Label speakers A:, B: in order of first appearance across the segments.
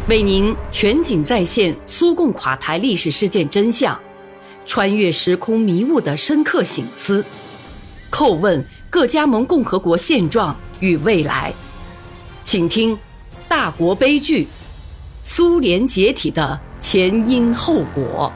A: 为您全景再现苏共垮台历史事件真相，穿越时空迷雾的深刻省思，叩问各加盟共和国现状与未来。请听大国悲剧，苏联解体的前因后果。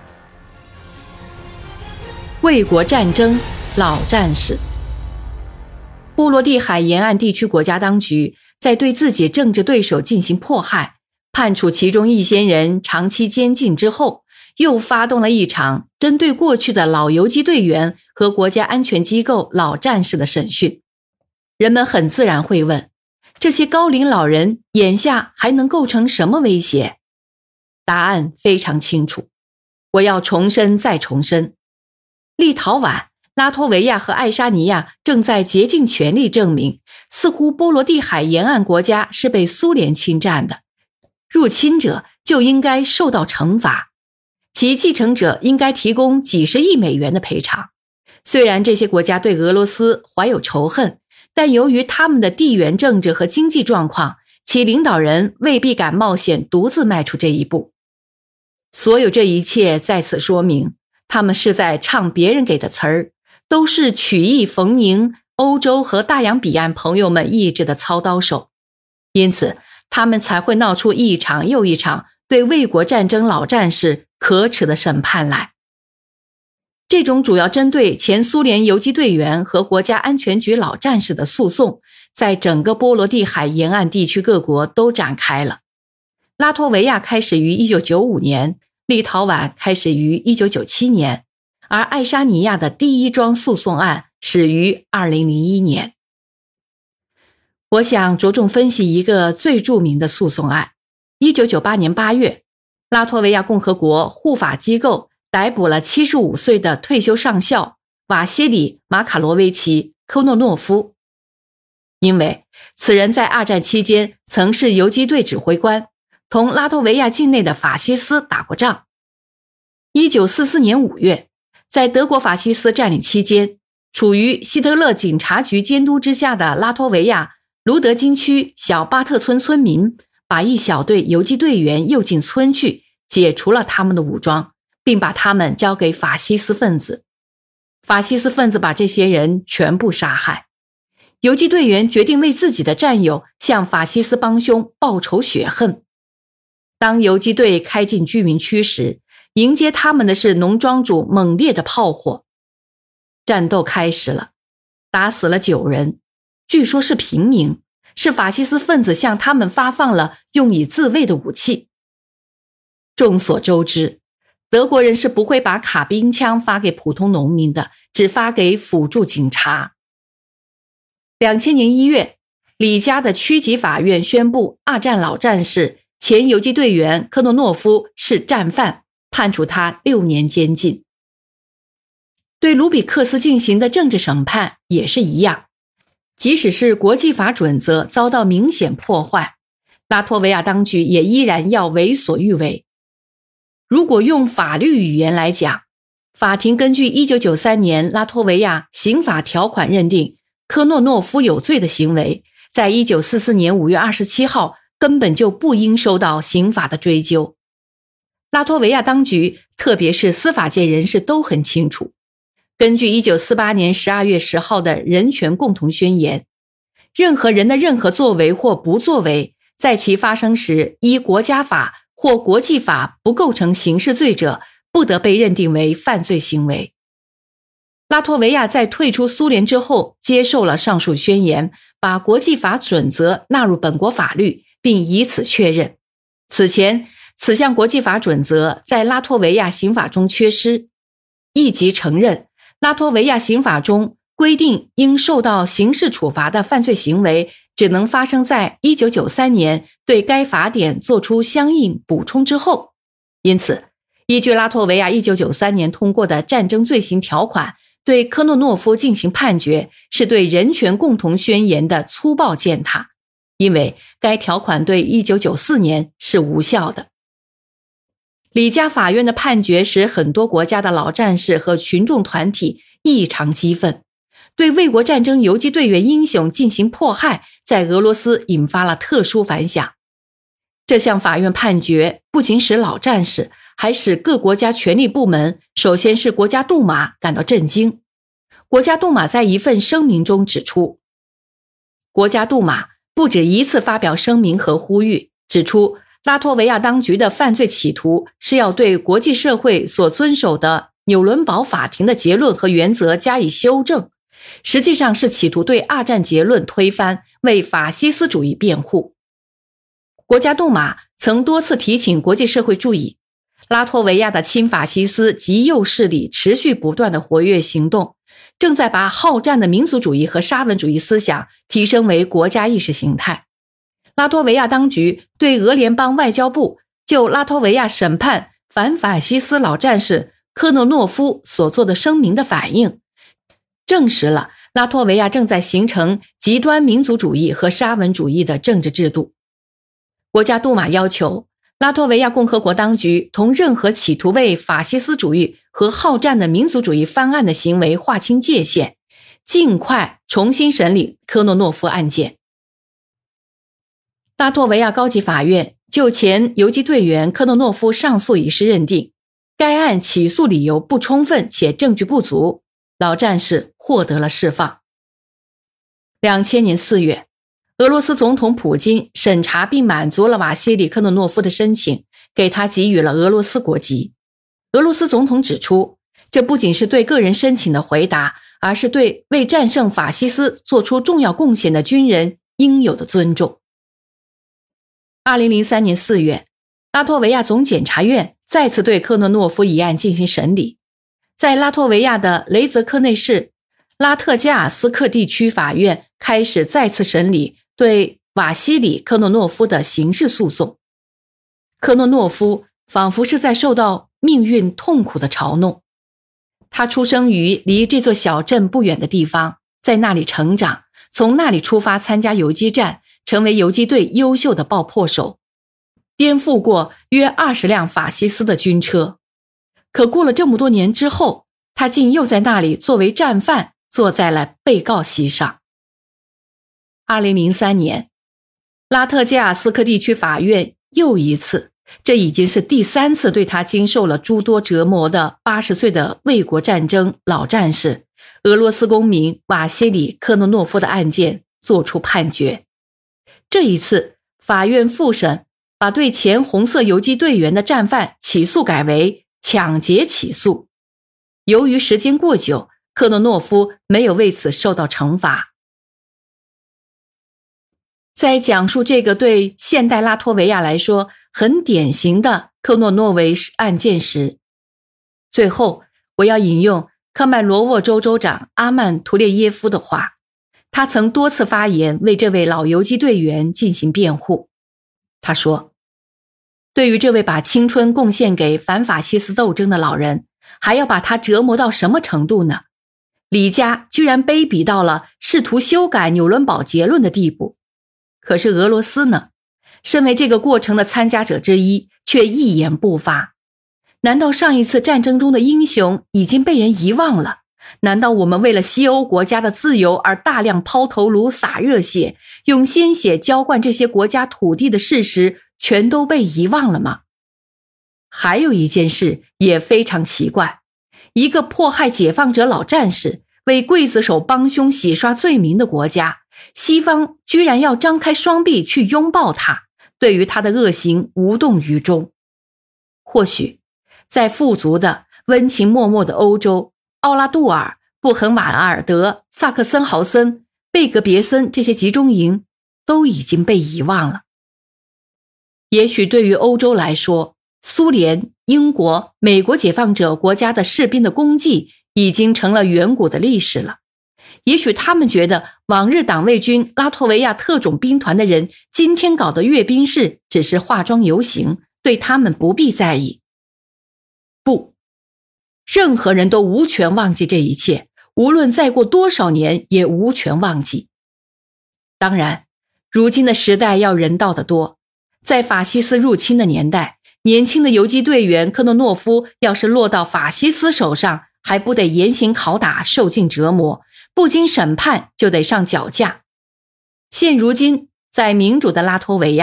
A: 卫国战争老战士。波罗的海沿岸地区国家当局在对自己政治对手进行迫害，判处其中一些人长期监禁之后，又发动了一场针对过去的老游击队员和国家安全机构老战士的审讯。人们很自然会问，这些高龄老人眼下还能构成什么威胁？答案非常清楚，我要重申再重申。立陶宛、拉脱维亚和爱沙尼亚正在竭尽全力证明，似乎波罗的海沿岸国家是被苏联侵占的，入侵者就应该受到惩罚，其继承者应该提供几十亿美元的赔偿。虽然这些国家对俄罗斯怀有仇恨，但由于他们的地缘政治和经济状况，其领导人未必敢冒险独自迈出这一步。所有这一切在此说明，他们是在唱别人给的词儿，都是曲意逢迎欧洲和大洋彼岸朋友们意志的操刀手，因此他们才会闹出一场又一场对卫国战争老战士可耻的审判来。这种主要针对前苏联游击队员和国家安全局老战士的诉讼，在整个波罗的海沿岸地区各国都展开了。拉脱维亚开始于1995年，立陶宛开始于1997年，而爱沙尼亚的第一桩诉讼案始于2001年。我想着重分析一个最著名的诉讼案。1998年8月，拉脱维亚共和国护法机构逮捕了75岁的退休上校瓦西里·马卡罗维奇·科诺诺夫，因为此人在二战期间曾是游击队指挥官，同拉脱维亚境内的法西斯打过仗。1944年5月，在德国法西斯占领期间，处于希特勒警察局监督之下的拉脱维亚卢德金区小巴特村村民把一小队游击队员诱进村去，解除了他们的武装，并把他们交给法西斯分子。法西斯分子把这些人全部杀害。游击队员决定为自己的战友向法西斯帮凶报仇雪恨。当游击队开进居民区时，迎接他们的是农庄主猛烈的炮火。战斗开始了，打死了9人，据说是平民，是法西斯分子向他们发放了用以自卫的武器。众所周知，德国人是不会把卡宾枪发给普通农民的，只发给辅助警察。2000年1月，里加的区级法院宣布二战老战士前游击队员科诺诺夫是战犯，判处他6年监禁。对卢比克斯进行的政治审判也是一样，即使是国际法准则遭到明显破坏，拉脱维亚当局也依然要为所欲为。如果用法律语言来讲，法庭根据1993年拉脱维亚刑法条款认定科诺诺夫有罪的行为，在1944年5月27号根本就不应受到刑法的追究。拉脱维亚当局，特别是司法界人士都很清楚，根据1948年12月10号的人权共同宣言，任何人的任何作为或不作为，在其发生时依国家法或国际法不构成刑事罪者，不得被认定为犯罪行为。拉脱维亚在退出苏联之后，接受了上述宣言，把国际法准则纳入本国法律，并以此确认。此前，此项国际法准则在拉脱维亚刑法中缺失，亦即承认拉脱维亚刑法中规定应受到刑事处罚的犯罪行为只能发生在1993年对该法典作出相应补充之后。因此，依据拉脱维亚1993年通过的战争罪行条款，对科诺诺夫进行判决，是对人权共同宣言的粗暴践踏，因为该条款对1994年是无效的。里加法院的判决使很多国家的老战士和群众团体异常激愤，对卫国战争游击队员英雄进行迫害，在俄罗斯引发了特殊反响。 这项法院判决不仅使老战士，还使各国家权力部门，首先是国家杜马感到震惊。国家杜马在一份声明中指出，国家杜马不止一次发表声明和呼吁，指出拉脱维亚当局的犯罪企图是要对国际社会所遵守的纽伦堡法庭的结论和原则加以修正，实际上是企图对二战结论推翻，为法西斯主义辩护。国家杜马曾多次提醒国际社会注意，拉脱维亚的亲法西斯极右势力持续不断的活跃行动，正在把好战的民族主义和沙文主义思想提升为国家意识形态。拉脱维亚当局对俄联邦外交部就拉脱维亚审判反法西斯老战士科诺诺夫所做的声明的反应，证实了拉脱维亚正在形成极端民族主义和沙文主义的政治制度。国家杜马要求拉脱维亚共和国当局同任何企图为法西斯主义和好战的民族主义翻案的行为划清界限，尽快重新审理科诺诺夫案件。拉脱维亚高级法院就前游击队员科诺诺夫上诉一事认定，该案起诉理由不充分且证据不足，老战士获得了释放。2000年4月，俄罗斯总统普京审查并满足了瓦西里·科诺诺夫的申请，给他给予了俄罗斯国籍。俄罗斯总统指出，这不仅是对个人申请的回答，而是对为战胜法西斯做出重要贡献的军人应有的尊重。2003年4月，拉脱维亚总检察院再次对科诺诺夫一案进行审理。在拉脱维亚的雷泽科内市拉特加尔斯克地区法院开始再次审理对瓦西里·科诺诺夫的刑事诉讼。科诺诺夫仿佛是在受到命运痛苦的嘲弄。他出生于离这座小镇不远的地方，在那里成长，从那里出发参加游击战，成为游击队优秀的爆破手，颠覆过约20辆法西斯的军车。可过了这么多年之后，他竟又在那里作为战犯坐在了被告席上。2003年，拉特加尔斯克地区法院又一次，这已经是第3次对他经受了诸多折磨的80岁的卫国战争老战士俄罗斯公民瓦西里·科诺诺夫的案件作出判决。这一次，法院复审把对前红色游击队员的战犯起诉改为抢劫起诉。由于时间过久，科诺诺夫没有为此受到惩罚。在讲述这个对现代拉脱维亚来说很典型的科诺诺维案件时，最后我要引用科曼罗沃州州长阿曼图列耶夫的话，他曾多次发言为这位老游击队员进行辩护。他说，对于这位把青春贡献给反法西斯斗争的老人，还要把他折磨到什么程度呢？李家居然卑鄙到了试图修改纽伦堡结论的地步。可是俄罗斯呢？身为这个过程的参加者之一，却一言不发。难道上一次战争中的英雄已经被人遗忘了？难道我们为了西欧国家的自由而大量抛头颅洒热血，用鲜血浇灌这些国家土地的事实全都被遗忘了吗？还有一件事也非常奇怪，一个迫害解放者老战士，为刽子手帮凶洗刷罪名的国家，西方居然要张开双臂去拥抱他，对于他的恶行无动于衷。或许在富足的温情脉脉的欧洲，奥拉杜尔、布痕瓦尔德、萨克森豪森、贝格别森这些集中营都已经被遗忘了。也许对于欧洲来说，苏联、英国、美国解放者国家的士兵的功绩已经成了远古的历史了。也许他们觉得往日党卫军拉脱维亚特种兵团的人今天搞的阅兵式只是化妆游行，对他们不必在意。不，任何人都无权忘记这一切，无论再过多少年也无权忘记。当然，如今的时代要人道得多。在法西斯入侵的年代，年轻的游击队员科诺诺夫要是落到法西斯手上，还不得严刑拷打，受尽折磨，不经审判就得上绞架。现如今，在民主的拉脱维亚，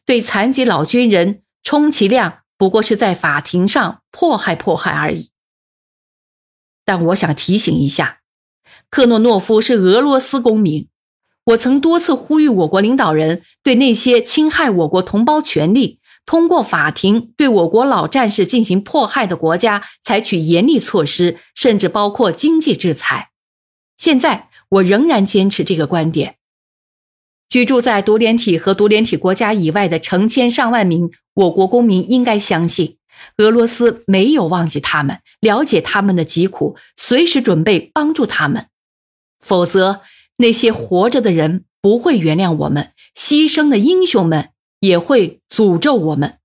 A: 对残疾老军人充其量不过是在法庭上迫害而已。但我想提醒一下，克诺诺夫是俄罗斯公民，我曾多次呼吁我国领导人对那些侵害我国同胞权利，通过法庭对我国老战士进行迫害的国家采取严厉措施，甚至包括经济制裁。现在我仍然坚持这个观点。居住在独联体和独联体国家以外的成千上万名我国公民应该相信，俄罗斯没有忘记他们，了解他们的疾苦，随时准备帮助他们。否则，那些活着的人不会原谅我们，牺牲的英雄们也会诅咒我们。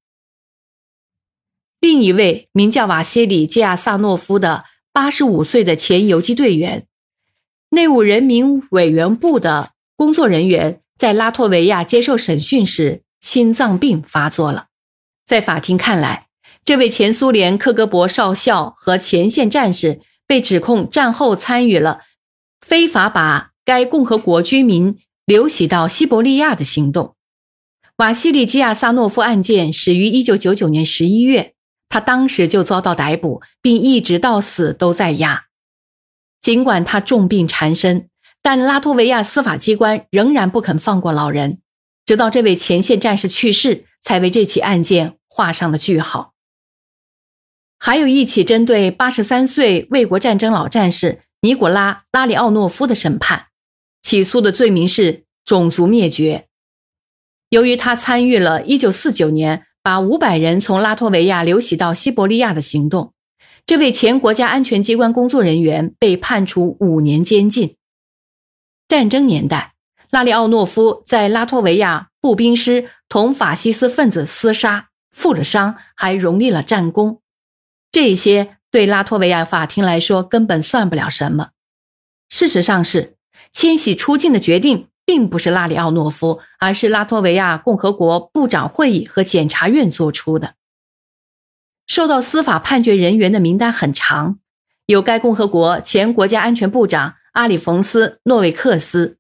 A: 另一位名叫瓦西里·基亚萨诺夫的85岁的前游击队员，内务人民委员部的工作人员，在拉脱维亚接受审讯时心脏病发作了。在法庭看来，这位前苏联克格勃少校和前线战士被指控战后参与了非法把该共和国居民流徙到西伯利亚的行动。瓦西里·基亚萨诺夫案件始于1999年11月，他当时就遭到逮捕，并一直到死都在押。尽管他重病缠身，但拉脱维亚司法机关仍然不肯放过老人，直到这位前线战士去世，才为这起案件画上了句号。还有一起针对83岁卫国战争老战士尼古拉·拉里奥诺夫的审判，起诉的罪名是种族灭绝。由于他参与了1949年把500人从拉脱维亚流徙到西伯利亚的行动，这位前国家安全机关工作人员被判处5年监禁。战争年代，拉里奥诺夫在拉脱维亚步兵师同法西斯分子厮杀，负了伤，还荣立了战功。这些对拉脱维亚法庭来说根本算不了什么。事实上是，迁徙出境的决定并不是拉里奥诺夫，而是拉脱维亚共和国部长会议和检察院做出的。受到司法判决人员的名单很长，有该共和国前国家安全部长阿里冯斯·诺维克斯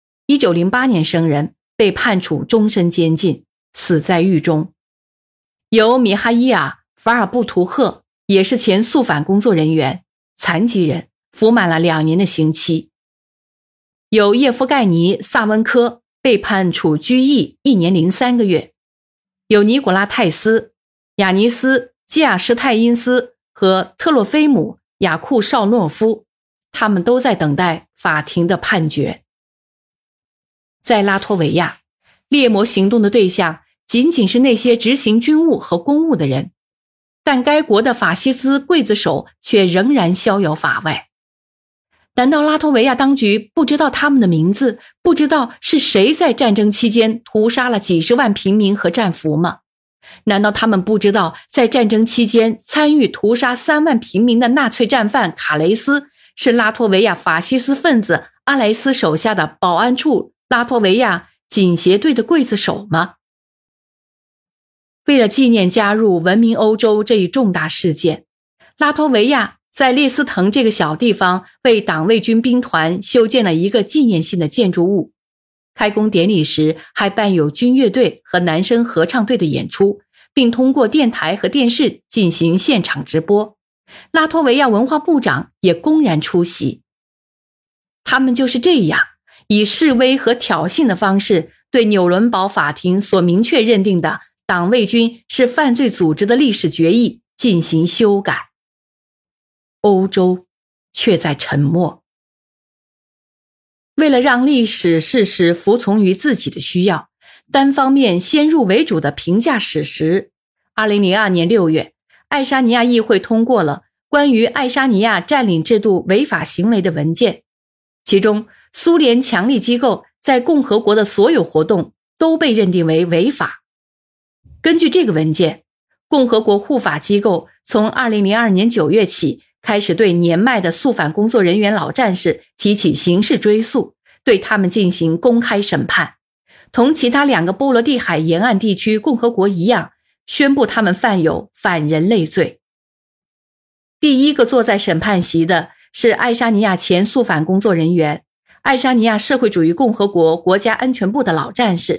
A: ，1908年生人，被判处终身监禁，死在狱中。有米哈伊尔·法尔布图赫，也是前肃反工作人员，残疾人，服满了2年的刑期。有叶夫盖尼·萨温科，被判处拘役1年03个月。有尼古拉泰斯、雅尼斯·基亚施泰因斯和特洛菲姆·雅库绍诺夫，他们都在等待法庭的判决。在拉脱维亚，猎魔行动的对象仅仅是那些执行军务和公务的人，但该国的法西斯刽子手却仍然逍遥法外。难道拉脱维亚当局不知道他们的名字，不知道是谁在战争期间屠杀了几十万平民和战俘吗？难道他们不知道在战争期间参与屠杀3万平民的纳粹战犯卡雷斯是拉脱维亚法西斯分子阿莱斯手下的保安处拉脱维亚警协队的刽子手吗？为了纪念加入文明欧洲这一重大事件，拉脱维亚在列斯滕这个小地方为党卫军兵团修建了一个纪念性的建筑物。开工典礼时还伴有军乐队和男声合唱队的演出，并通过电台和电视进行现场直播。拉脱维亚文化部长也公然出席。他们就是这样以示威和挑衅的方式对纽伦堡法庭所明确认定的党卫军是犯罪组织的历史决议进行修改。欧洲却在沉默。为了让历史事实服从于自己的需要，单方面先入为主的评价史实。2002年6月，爱沙尼亚议会通过了关于爱沙尼亚占领制度违法行为的文件，其中苏联强力机构在共和国的所有活动都被认定为违法。根据这个文件，共和国护法机构从2002年9月起开始对年迈的肃反工作人员老战士提起刑事追诉，对他们进行公开审判，同其他2个波罗的海沿岸地区共和国一样，宣布他们犯有反人类罪。第一个坐在审判席的是爱沙尼亚前肃反工作人员，爱沙尼亚社会主义共和国国家安全部的老战士，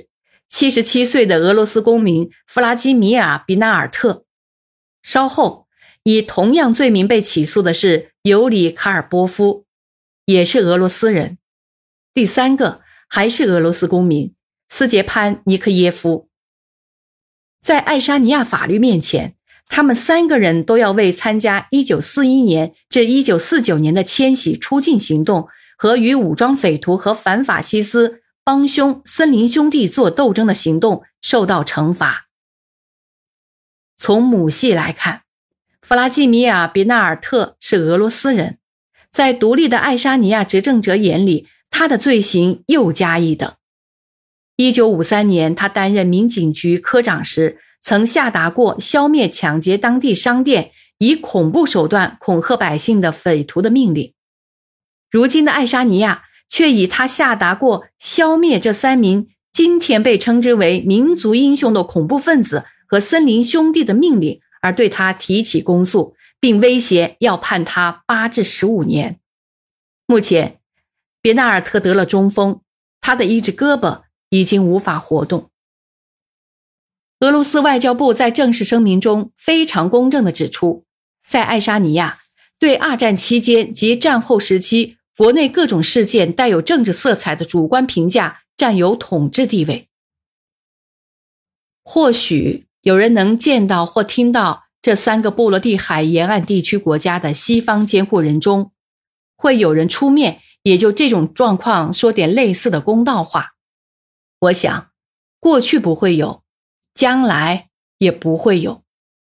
A: 77岁的俄罗斯公民弗拉基米尔·比纳尔特。稍后，以同样罪名被起诉的是尤里·卡尔波夫，也是俄罗斯人。第三个还是俄罗斯公民斯捷潘·尼科耶夫。在爱沙尼亚法律面前，他们3个人都要为参加1941年至1949年的迁徙出境行动和与武装匪徒和反法西斯帮凶森林兄弟做斗争的行动受到惩罚。从母系来看，弗拉基米尔·比纳尔特是俄罗斯人，在独立的爱沙尼亚执政者眼里，他的罪行又加一等。1953年，他担任民警局科长时，曾下达过消灭抢劫当地商店、以恐怖手段恐吓百姓的匪徒的命令。如今的爱沙尼亚却以他下达过消灭这3名今天被称之为民族英雄的恐怖分子和森林兄弟的命令而对他提起公诉，并威胁要判他8至15年。目前，别纳尔特得了中风，他的一只胳膊已经无法活动。俄罗斯外交部在正式声明中非常公正地指出，在爱沙尼亚，对二战期间及战后时期国内各种事件带有政治色彩的主观评价占有统治地位。或许有人能见到或听到这3个波罗的海沿岸地区国家的西方监护人中，会有人出面也就这种状况说点类似的公道话。我想，过去不会有，将来也不会有。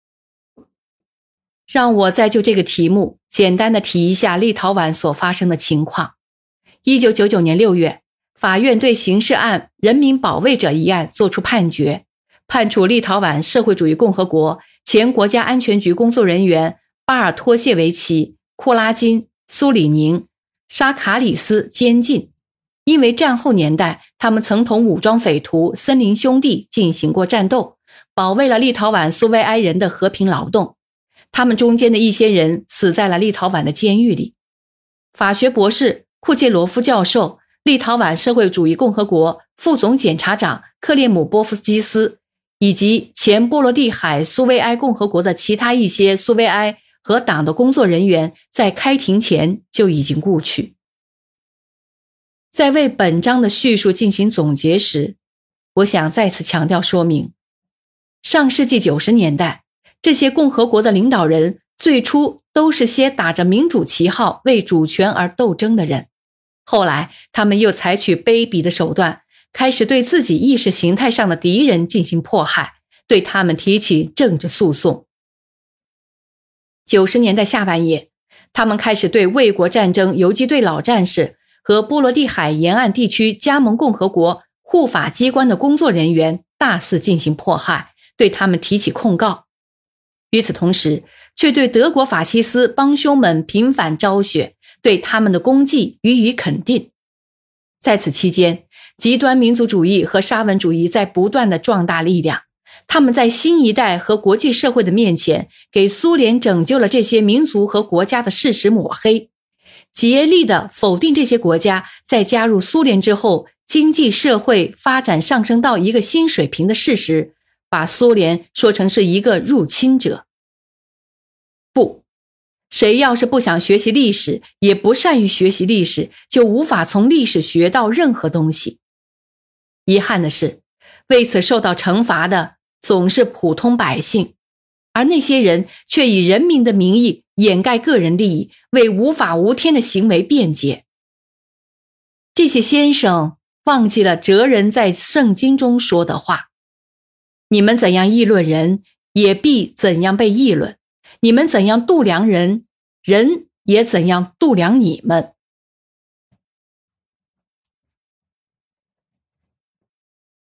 A: 让我再就这个题目简单的提一下立陶宛所发生的情况。1999年6月，法院对刑事案人民保卫者一案作出判决，判处立陶宛社会主义共和国前国家安全局工作人员巴尔托谢维奇、库拉金、苏里宁、沙卡里斯监禁，因为战后年代他们曾同武装匪徒森林兄弟进行过战斗，保卫了立陶宛苏维埃人的和平劳动。他们中间的一些人死在了立陶宛的监狱里。法学博士库切罗夫教授、立陶宛社会主义共和国副总检察长克列姆波夫基斯以及前波罗的海苏维埃共和国的其他一些苏维埃和党的工作人员在开庭前就已经故去。在为本章的叙述进行总结时，我想再次强调说明，上世纪90年代，这些共和国的领导人最初都是些打着民主旗号为主权而斗争的人，后来他们又采取卑鄙的手段，开始对自己意识形态上的敌人进行迫害，对他们提起政治诉讼。90年代下半叶，他们开始对卫国战争游击队老战士和波罗的海沿岸地区加盟共和国护法机关的工作人员大肆进行迫害，对他们提起控告。与此同时，却对德国法西斯帮凶们频繁昭雪，对他们的功绩予以肯定。在此期间，极端民族主义和沙文主义在不断地壮大力量，他们在新一代和国际社会的面前，给苏联拯救了这些民族和国家的事实抹黑，竭力地否定这些国家在加入苏联之后经济社会发展上升到一个新水平的事实，把苏联说成是一个入侵者。不，谁要是不想学习历史，也不善于学习历史，就无法从历史学到任何东西。遗憾的是，为此受到惩罚的总是普通百姓，而那些人却以人民的名义掩盖个人利益，为无法无天的行为辩解。这些先生忘记了哲人在圣经中说的话：你们怎样议论人，也必怎样被议论；你们怎样度量人，人也怎样度量你们。